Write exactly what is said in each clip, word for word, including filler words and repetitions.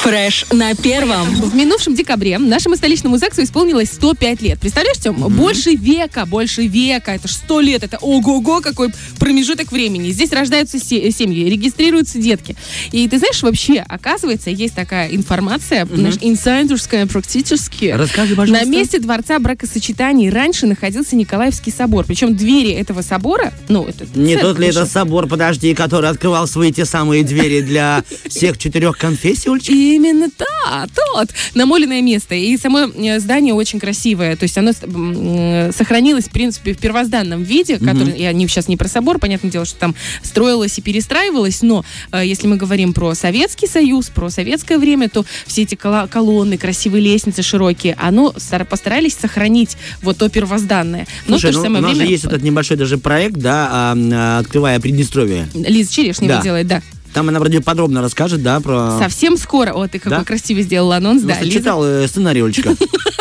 Фреш на первом. В минувшем декабре нашему столичному ЗАГСу исполнилось сто пять лет. Представляешь, Тём? Mm-hmm. Больше века, больше века. Это ж сто лет. Это ого-го, какой промежуток времени. Здесь рождаются се- семьи, регистрируются детки. И ты знаешь, вообще, оказывается, есть такая информация, mm-hmm. наша инсайдерская практически. Расскажи, пожалуйста. На месте дворца бракосочетаний раньше находился Николаевский собор. Причем двери этого собора, ну, это... Не тот ли это собор, подожди, который открывал свои те самые двери для всех четырех конфессий, Олечка? Именно так, тот. Намоленное место. И само здание очень красивое. То есть оно сохранилось, в принципе, в первозданном виде, mm-hmm. который, я не, сейчас не про собор, понятное дело, что там строилось и перестраивалось, но э, если мы говорим про Советский Союз, про советское время, то все эти кол- колонны, красивые лестницы широкие, оно стар- постарались сохранить вот то первозданное. Но Слушай, в то же ну, самое у нас время... же есть этот небольшой даже проект, да, а, «Открывая Приднестровье». Лиза Черешнева да. делает, да. Там она вроде подробно расскажет, да, про... Совсем скоро. О, ты какой да? красивый сделал анонс. Ну, да, Лиза... читал э, сценарий, Олечка.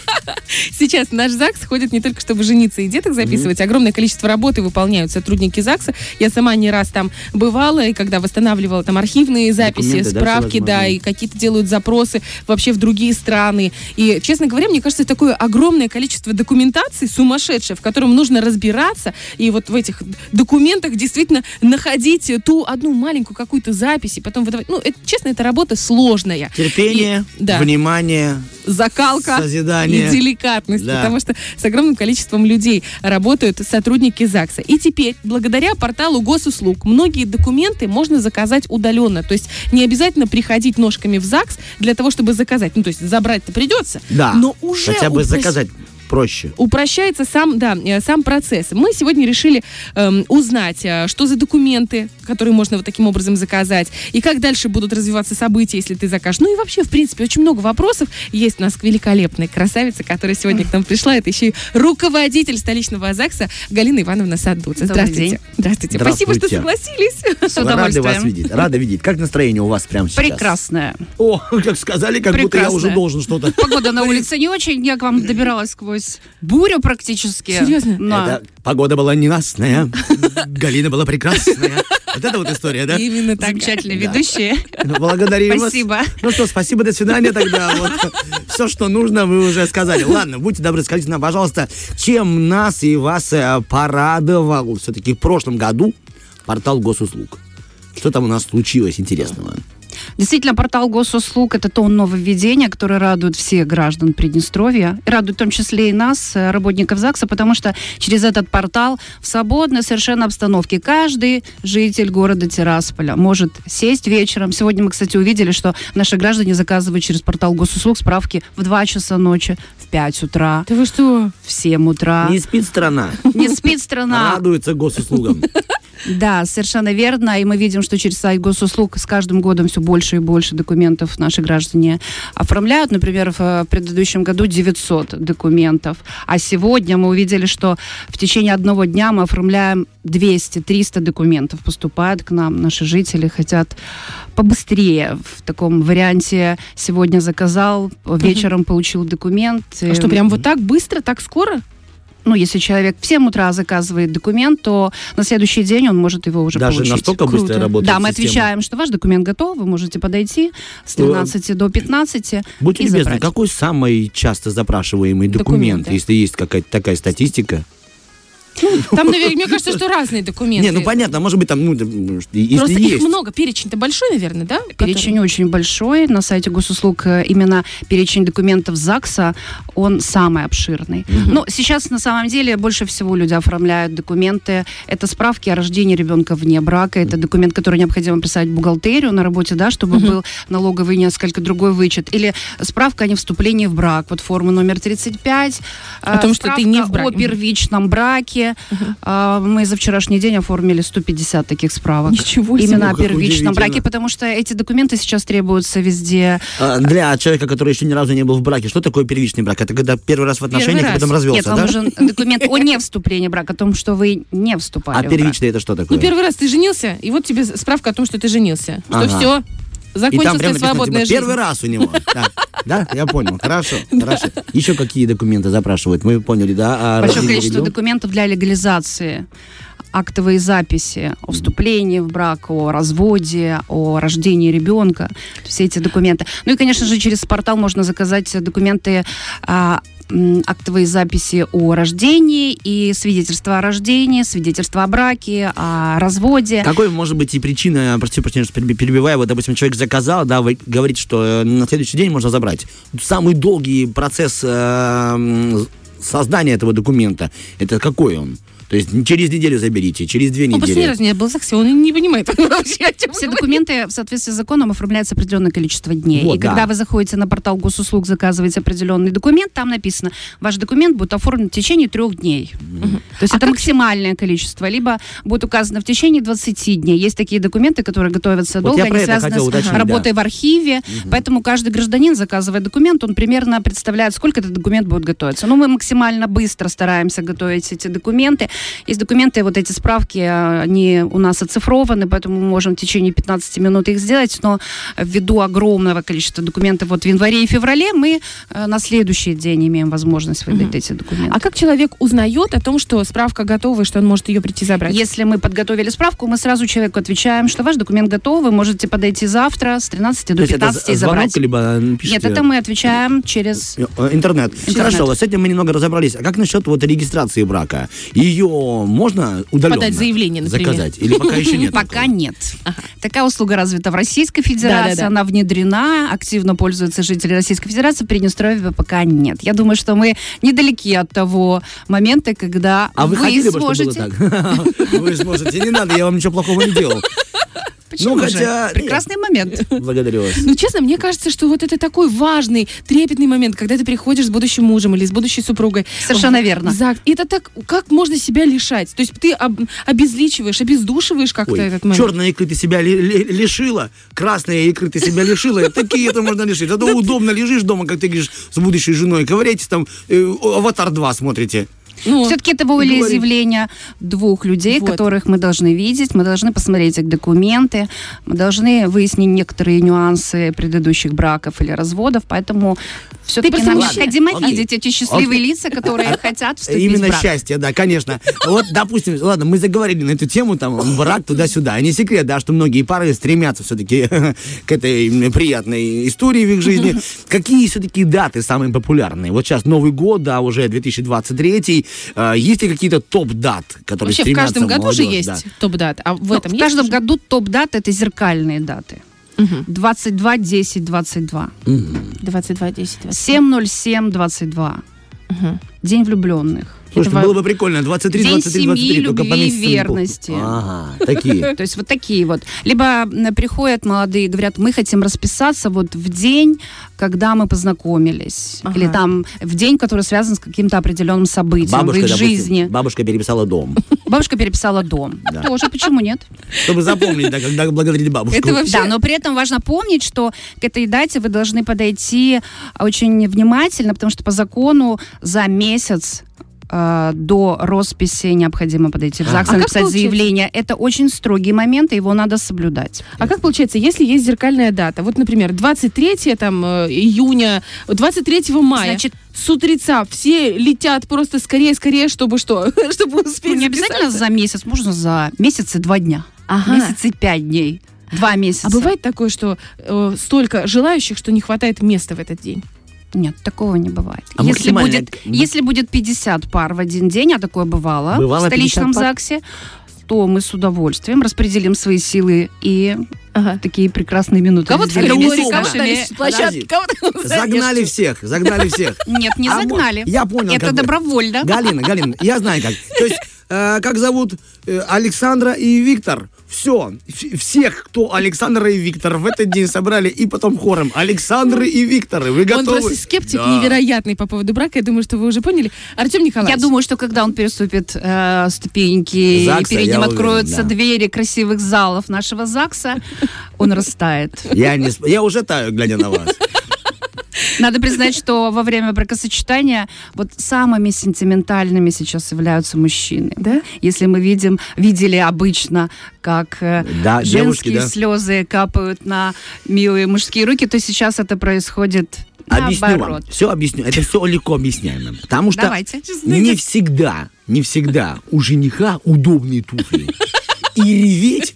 Сейчас наш ЗАГС ходит не только, чтобы жениться и деток записывать. Mm-hmm. Огромное количество работы выполняют сотрудники ЗАГСа. Я сама не раз там бывала, и когда восстанавливала там архивные записи, документы, справки, да, да, и какие-то делают запросы вообще в другие страны. И, честно говоря, мне кажется, такое огромное количество документации сумасшедшее, в котором нужно разбираться, и вот в этих документах действительно находить ту одну маленькую какую-то запись, и потом выдавать. Ну, это, честно, эта работа сложная. Терпение, и, да. внимание, закалка созидание. И деликатность, да. потому что с огромным количеством людей работают сотрудники ЗАГСа. И теперь, благодаря порталу госуслуг, многие документы можно заказать удаленно. То есть не обязательно приходить ножками в ЗАГС для того, чтобы заказать. Ну, то есть забрать-то придется, да. но уже хотя бы упрощ... заказать проще. Упрощается сам, да, сам процесс. Мы сегодня решили эм, узнать, что за документы, которые можно вот таким образом заказать, и как дальше будут развиваться события, если ты закажешь. Ну и вообще, в принципе, очень много вопросов. Есть у нас великолепная красавица, которая сегодня к нам пришла. Это еще и руководитель столичного ЗАГСа Галина Ивановна Садуца. Здравствуйте. Здравствуйте. Спасибо, что согласились. С удовольствием. Рада вас видеть. Рада видеть. Как настроение у вас прямо сейчас? Прекрасное. О, как сказали, как будто я уже должен что-то. Погода на улице не очень. Я к вам добиралась сквозь бурю практически. Серьезно? Но... Это погода была ненастная. Галина была прекрасная. Вот это вот история, да? Именно так. Замечательные да. ведущие. Благодарим вас. Спасибо. Ну что, спасибо, до свидания тогда. Вот. Все, что нужно, вы уже сказали. Ладно, будьте добры, скажите нам, пожалуйста, чем нас и вас порадовал все-таки в прошлом году портал госуслуг? Что там у нас случилось интересного? Действительно, портал госуслуг – это то нововведение, которое радует всех граждан Приднестровья, радует в том числе и нас, работников ЗАГСа, потому что через этот портал в свободной совершенно обстановке каждый житель города Тирасполя может сесть вечером. Сегодня мы, кстати, увидели, что наши граждане заказывают через портал госуслуг справки в два часа ночи, в пять утра. Да вы что? В семь утра. Не спит страна. Не спит страна. Радуется госуслугам. Да, совершенно верно. И мы видим, что через сайт госуслуг с каждым годом все больше и больше документов наши граждане оформляют. Например, в предыдущем году девятьсот документов. А сегодня мы увидели, что в течение одного дня мы оформляем двести-триста документов. Поступают к нам. Наши жители хотят побыстрее. В таком варианте сегодня заказал, вечером получил документ. А что, прям вот так быстро, так скоро? Ну, если человек в семь утра заказывает документ, то на следующий день он может его уже Даже получить. Даже настолько Круто. быстро работает Да, мы система. отвечаем, что ваш документ готов, вы можете подойти с двенадцати до пятнадцати Будьте и любезны, забрать. Какой самый часто запрашиваемый документ, Документы. если есть какая-то такая статистика? Там, наверное, мне кажется, что разные документы. Не, ну понятно, может быть, там, ну, если Просто есть. их много, перечень-то большой, наверное, да? Перечень Который... очень большой. На сайте госуслуг именно перечень документов ЗАГСа, он самый обширный. Угу. Но сейчас, на самом деле, больше всего люди оформляют документы. Это справки о рождении ребенка вне брака. Это документ, который необходимо писать в бухгалтерию на работе, да, чтобы угу. был налоговый несколько другой вычет. Или справка о невступлении в брак. Вот форма номер тридцать пять. О том, что ты не в браке. О первичном браке. Uh-huh. Мы за вчерашний день оформили сто пятьдесят таких справок. Ничего себе. Именно о первичном браке, потому что эти документы сейчас требуются везде. А, для человека, который еще ни разу не был в браке, что такое первичный брак? Это когда первый раз в отношениях, а потом развелся, Нет, да? вам нужен документ о невступлении в брак, о том, что вы не вступали А в брак. первичный это что такое? Ну, первый раз ты женился, и вот тебе справка о том, что ты женился. Что Ага. все, закончилась твоя свободная жизнь. Первый раз у него. Так, да, я понял. Хорошо, хорошо. Еще какие документы запрашивают? Мы поняли, да? Большое количество документов для легализации. актовые записи о вступлении в брак, о разводе, о рождении ребенка, все эти документы. Ну и, конечно же, через портал можно заказать документы, а, актовые записи о рождении и свидетельство о рождении, свидетельство о браке, о разводе. Какой может быть и причина, прости, прости, что перебиваю, вот, допустим, человек заказал, да, вы говорите, что на следующий день можно забрать. Самый долгий процесс э, создания этого документа, это какой он? То есть через неделю заберите, через две недели. Он последний раз не был в ЗАГСе, он не понимает вообще, о чем Все документы в соответствии с законом оформляются определенное количество дней. Вот, и да. когда вы заходите на портал госуслуг, заказываете определенный документ, там написано, ваш документ будет оформлен в течение трех дней. Mm-hmm. То есть а это максимальное количество. Либо будет указано в течение двадцати дней. Есть такие документы, которые готовятся вот долго, они связаны с уточнить, работой да. в архиве. Mm-hmm. Поэтому каждый гражданин, заказывая документ, он примерно представляет, сколько этот документ будет готовиться. Но мы максимально быстро стараемся готовить эти документы. Есть документы, вот эти справки, они у нас оцифрованы, поэтому мы можем в течение пятнадцати минут их сделать, но ввиду огромного количества документов вот в январе и феврале мы на следующий день имеем возможность выдать mm-hmm. эти документы. А как человек узнает о том, что справка готова и что он может ее прийти забрать? Если мы подготовили справку, мы сразу человеку отвечаем, что ваш документ готов, вы можете подойти завтра с тринадцати до пятнадцати и забрать. Либо пишите... Нет, это мы отвечаем через интернет. интернет. Хорошо, вот с этим мы немного разобрались. А как насчет вот регистрации брака? Ее можно удаленно подать заявление, например? Заказать? Или пока еще нет? Пока нет. Такая услуга развита в Российской Федерации, она внедрена, активно пользуются жители Российской Федерации, Приднестровья пока нет. Я думаю, что мы недалеки от того момента, когда а вы, вы хотели сможете... бы, чтобы было так? Вы сможете, не надо, я вам ничего плохого не делал. Почему ну, же? хотя... Прекрасный момент. Благодарю вас. Ну, честно, мне кажется, что вот это такой важный, трепетный момент, когда ты приходишь с будущим мужем или с будущей супругой. Совершенно верно. ЗАГС. И это так, как можно себя лишать? То есть ты об, обезличиваешь, обездушиваешь как-то Ой, этот момент. черные икры ты себя ли, ли, лишила, красные икры ты себя лишила. Такие это можно лишить. А то удобно лежишь дома, как ты говоришь, с будущей женой, ковыряетесь там, «Аватар два» смотрите. Ну, все-таки это волеизъявление двух людей, вот. которых мы должны видеть, мы должны посмотреть их документы, мы должны выяснить некоторые нюансы предыдущих браков или разводов, поэтому все-таки нам Ладно. необходимо Окей. видеть эти счастливые Окей. лица, которые хотят вступить Именно в брак. счастье, да, конечно. Вот, допустим, ладно, мы заговорили на эту тему, там, брак туда-сюда. Не секрет, да, что многие пары стремятся все-таки к этой приятной истории в их жизни. Какие все-таки даты самые популярные? Вот сейчас Новый год, да, уже две тысячи двадцать третий. Есть ли какие-то топ-дат, которые Вообще в стремятся каждом году молодежь, же есть да. топ-дат, а в Ну, этом в есть каждом уже? году топ-даты — это зеркальные даты. Мгм. двадцать два десять двадцать два. двадцать два десять двадцать. семь ноль семь двадцать два. Мгм. День влюбленных. Слушай, Это было бы прикольно. двадцать три, День двадцать три, двадцать три. семьи, только любви по и месяцам. верности. Ага, такие. То есть вот такие вот. Либо м, приходят молодые и говорят, мы хотим расписаться вот в день, когда мы познакомились. Ага. Или там в день, который связан с каким-то определенным событием Бабушка, в их допустим, жизни. бабушка переписала дом. Бабушка переписала дом. Да. Тоже, почему нет? Чтобы запомнить, да, когда благодарили бабушку. Это вообще- Да, но при этом важно помнить, что к этой дате вы должны подойти очень внимательно, потому что по закону за месяц э, до росписи необходимо подойти в ЗАГС А и как написать получается? заявление. Это очень строгий момент, и его надо соблюдать. А как получается, если есть зеркальная дата, вот, например, двадцать третьего там, э, июня, двадцать третьего мая, Значит, с утреца все летят просто скорее-скорее, чтобы что? Чтобы успеть ну, не обязательно записаться? за месяц, можно за месяц и два дня. Ага. Месяц и пять дней. Два месяца. А бывает такое, что э, столько желающих, что не хватает места в этот день? Нет, такого не бывает. А если, максимальное- будет, если будет пятьдесят пар в один день, а такое бывало, Бывало в столичном пятьдесят пар? ЗАГСе, то мы с удовольствием распределим свои силы и Ага. такие прекрасные минуты. Кого-то в сделаем. категории, Безумно. кого-то дали с площадки, Подожди. кого-то Загнали всех, загнали всех. Нет, не А мо- загнали. Я понял. Это как бы. добровольно. Галина, Галина, я знаю как. То есть, э, как зовут э, Александра и Виктор. Все. Ф- всех, кто Александра и Виктор в этот день собрали, и потом хором. Александры и Викторы, вы Он готовы? просто скептик Да. невероятный по поводу брака. Я думаю, что вы уже поняли. Артем Николаевич. Я думаю, что когда он переступит э, ступеньки, ЗАГСа, и перед я ним уверен, откроются да. двери красивых залов нашего ЗАГСа, он растает. Я, не, сп- я уже таю, глядя на вас. Надо признать, что во время бракосочетания вот самыми сентиментальными сейчас являются мужчины. Да? Если мы видим, видели обычно, как э, Да, девушки, женские да. слезы капают на милые мужские руки, то сейчас это происходит Объясню наоборот. вам. Все объясню. Это все легко объясняемо. Потому что Давайте. не всегда, не всегда у жениха удобные туфли. И реветь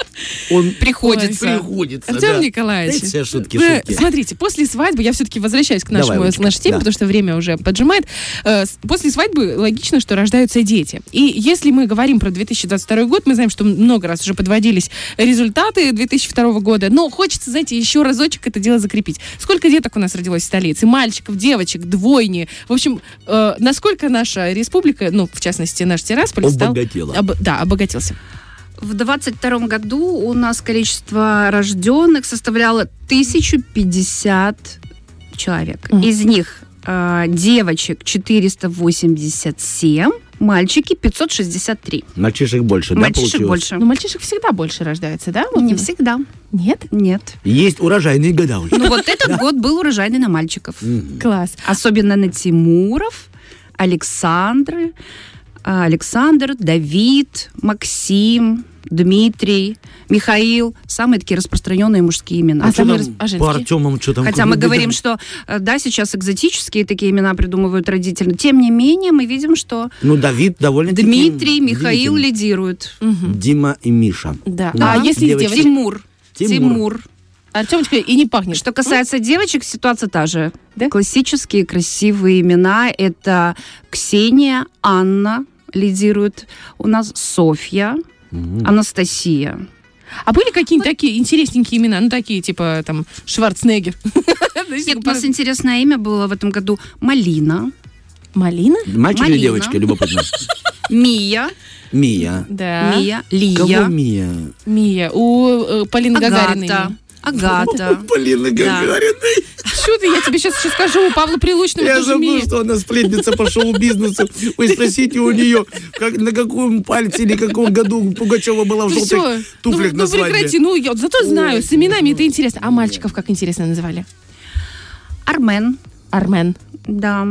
он Приходится. приходится. Артем да. Николаевич, Это все шутки, вы шутки. смотрите, после свадьбы, я все-таки возвращаюсь к нашему, Давай, к нашей теме, да. потому что время уже поджимает. Э, с- После свадьбы логично, что рождаются дети. И если мы говорим про две тысячи двадцать второй год, мы знаем, что много раз уже подводились результаты две тысячи второго года, но хочется, знаете, еще разочек это дело закрепить. Сколько деток у нас родилось в столице? Мальчиков, девочек, двойни. В общем, э, насколько наша республика, ну, в частности, наш Тирасполь стал... Обогатела. об- да, обогатился. В двадцать втором году у нас количество рожденных составляло тысяча пятьдесят человек. Мгм. Из них э, девочек четыреста восемьдесят семь, мальчики пятьсот шестьдесят три. Мальчишек больше, да, Мальчишек получилось? больше. Но мальчишек всегда больше рождается, да? Вот Не именно. всегда. Нет? Нет. Есть урожайные года уже. Ну вот этот год был урожайный на мальчиков. Мгм. Класс. Особенно на Тимуров, Александры, а, Александр, Давид, Максим, Дмитрий, Михаил. Самые такие распространенные мужские имена. А Что самые там рас- а женские? по Артемам что там? Хотя мы Ну, говорим, да. что э, да, сейчас экзотические такие имена придумывают родители. Тем не менее, мы видим, что Ну, Давид довольно Дмитрий, Михаил лидируют. Мгм. Дима и Миша. Да. Да. А если из Девочки. девочек? Тимур. Тимур. Тимур. Артемочка и не пахнет. Что касается девочек, ситуация та же. Да? Классические красивые имена. Это Ксения, Анна лидируют. У нас Софья, Мгм. А Анастасия. были какие-нибудь такие интересненькие имена? Ну, такие, типа, там, Шварценеггер. Нет, у нас интересное имя было в этом году. Малина, Малина? Мальчик или Малина. девочка, любопытно? Мия, Мия. Да. Мия, Кого Лия, Мия? Мия. У э, Полины Гагариной. Агата, Агата. Полина Да. Гагариной. Что ты, я тебе сейчас еще скажу, у Павла Прилучного Я тоже забыл, Мия. что она сплетница по шоу-бизнесу. Вы спросите у нее, как, на каком пальце или каком году Пугачева была в Ну желтых все, туфлях ну, на ну свадьбе. прекрати, ну я вот зато знаю, Ой, с именами это ой. интересно. А мальчиков как интересно называли? Армен, Армен. да.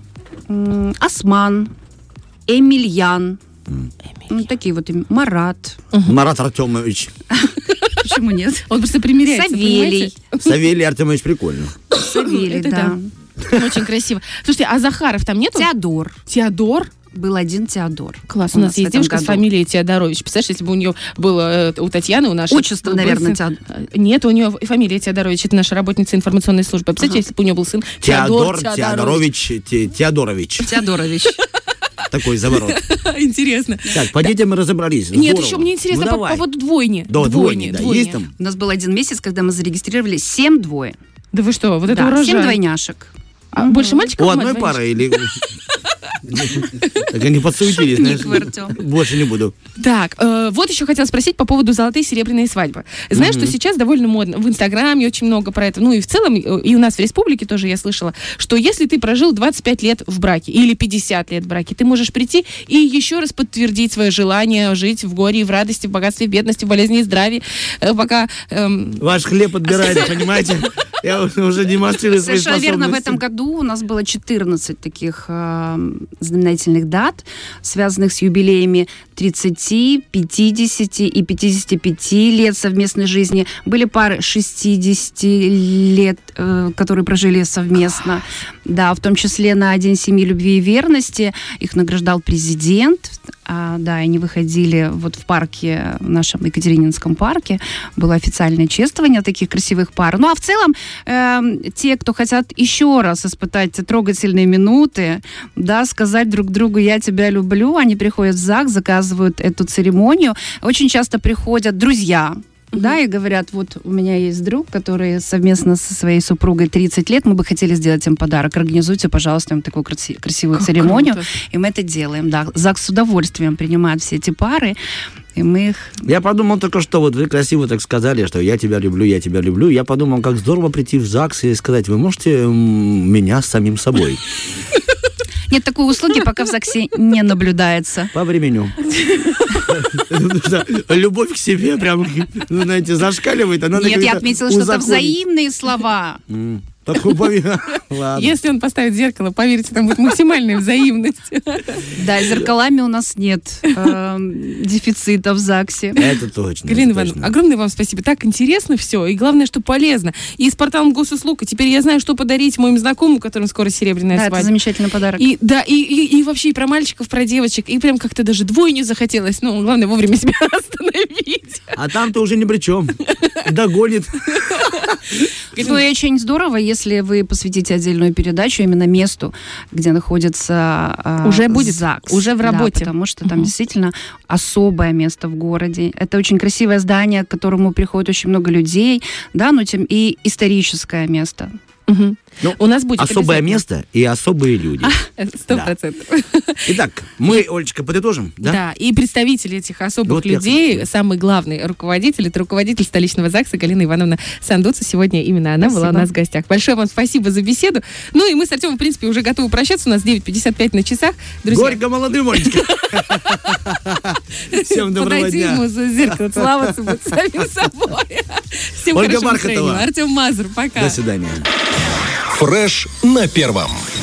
М, Осман, Эмильян. Ну, такие вот имена. Марат. Марат Артемович. Почему нет? Он просто примеряется, Савелий. Савелий Артемович прикольно. Савелий, Это да. понимаете? Очень красиво. Слушайте, а Захаров там нету? Теодор. Теодор? Был один Теодор. Класс, у, нас в есть этом девушка с году. фамилией Теодорович. Представляешь, если бы у нее было, э, у Татьяны, у нашей... Отчество, был наверное, сын- Теодор. Нет, у нее фамилия Теодорович, это наша работница информационной службы. Представляете, если бы у нее был сын Теодор Теодор Теодорович Те- Теодорович. Теодорович. Такой заворот. Интересно. Так, по детям мы разобрались. Нет, Здорово. еще мне интересно Ну, по давай. поводу двойни. Да, двойни, да. двойни. Есть там? У нас был один месяц, когда мы зарегистрировали семь двое. Да вы что, вот это Да, урожай. семь двойняшек. А больше мальчиков? У мать одной двойняшек? пары или... Так они подсуетились, знаешь. Ник, Артем. Больше не буду. Так, э, вот еще хотела спросить по поводу золотой и серебряной свадьбы. Знаешь, что сейчас довольно модно, в Инстаграме очень много про это, ну и в целом, э, и у нас в республике тоже я слышала, что если ты прожил двадцать пять лет в браке или пятьдесят лет в браке, ты можешь прийти и еще раз подтвердить свое желание жить в горе и в радости, в богатстве, в бедности, в болезни и здравии, э, пока... эм, Ваш хлеб отбирает, понимаете? Я уже демонстрирую свои Совершенно верно. В этом способности. году у нас было четырнадцать таких э, знаменательных дат, связанных с юбилеями тридцати, пятидесяти и пятидесяти пяти лет совместной жизни. Были пары шестидесяти лет, э, которые прожили совместно. Да, в том числе на День семьи, любви и верности. Их награждал президент. А, да, они выходили вот в парке, в нашем Екатерининском парке. Было официальное чествование таких красивых пар. Ну, а в целом, эм, те, кто хотят еще раз испытать трогательные минуты, да, сказать друг другу «я тебя люблю», они приходят в ЗАГС, заказывают эту церемонию. Очень часто приходят друзья, да, и говорят, вот у меня есть друг, который совместно со своей супругой тридцать лет, мы бы хотели сделать им подарок. Организуйте, пожалуйста, им такую краси- красивую Как церемонию. круто. И мы это делаем, да. ЗАГС с удовольствием принимает все эти пары, и мы их... Я подумал только что, вот вы красиво так сказали, что я тебя люблю, я тебя люблю. Я подумал, как здорово прийти в ЗАГС и сказать, вы можете м, меня с самим собой Нет такой услуги, пока в ЗАГСе не наблюдается. по времени. Потому что любовь к себе прям, ну, знаете, зашкаливает. а надо Нет, я как-то отметила, что это узаконить. взаимные слова. М. Ладно. Если он поставит зеркало, поверьте, там будет максимальная взаимность. Да, зеркалами у нас нет э, дефицита в ЗАГСе. Это точно. Галина это Ивановна, точно. огромное вам спасибо. Так интересно все, и главное, что полезно. И с порталом Госуслуг, и теперь я знаю, что подарить моим знакомым, которым скоро серебряная Да, свадьба. это замечательный подарок. И да, и, и, и вообще и про мальчиков, про девочек, и прям как-то даже двойню захотелось. Ну, главное, вовремя себя остановить. А там-то уже ни при чем. Догонит. Ну, и очень здорово, если вы посвятите отдельную передачу именно месту, где находится э, Уже будет, ЗАГС. уже в работе. Да, потому что там Мгм. действительно особое место в городе. Это очень красивое здание, к которому приходит очень много людей, да, ну, тем и историческое место. Мгм. Ну, У нас будет особое обязательно. место и особые люди. Сто процентов. Итак, мы, Олечка, подытожим, да? Да, и представители этих особых Вот я людей, хочу. самый главный руководитель, это руководитель столичного ЗАГСа Галина Ивановна Сандуца. Сегодня именно она была у Спасибо. нас в гостях. Большое вам спасибо за беседу. Ну и мы с Артемом, в принципе, уже готовы прощаться. У нас девять пятьдесят пять на часах. Друзья, Горько молодым, Олечка. Всем доброго подойди дня. ему за зеркало, целоваться будет самим собой. Всем Ольга хорошего Бархатова. настроения. Артем Мазур, пока. До свидания. Фреш на первом.